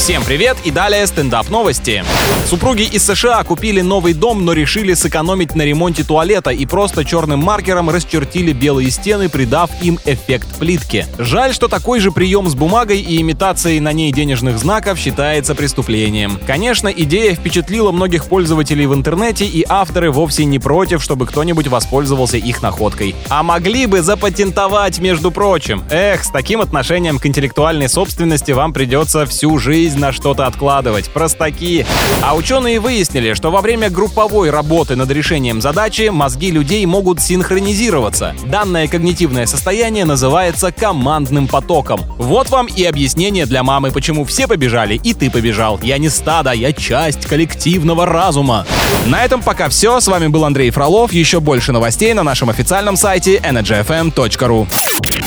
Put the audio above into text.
Всем привет и далее стендап-новости. Супруги из США купили новый дом, но решили сэкономить на ремонте туалета и просто черным маркером расчертили белые стены, придав им эффект плитки. Жаль, что такой же прием с бумагой и имитацией на ней денежных знаков считается преступлением. Конечно, идея впечатлила многих пользователей в интернете, и авторы вовсе не против, чтобы кто-нибудь воспользовался их находкой. А могли бы запатентовать, между прочим. Эх, с таким отношением к интеллектуальной собственности вам придется всю жизнь на что-то откладывать. Простаки. А ученые выяснили, что во время групповой работы над решением задачи мозги людей могут синхронизироваться. Данное когнитивное состояние называется командным потоком. Вот вам и объяснение для мамы, почему все побежали и ты побежал. Я не стадо, я часть коллективного разума. На этом пока все. С вами был Андрей Фролов. Еще больше новостей на нашем официальном сайте energyfm.ru.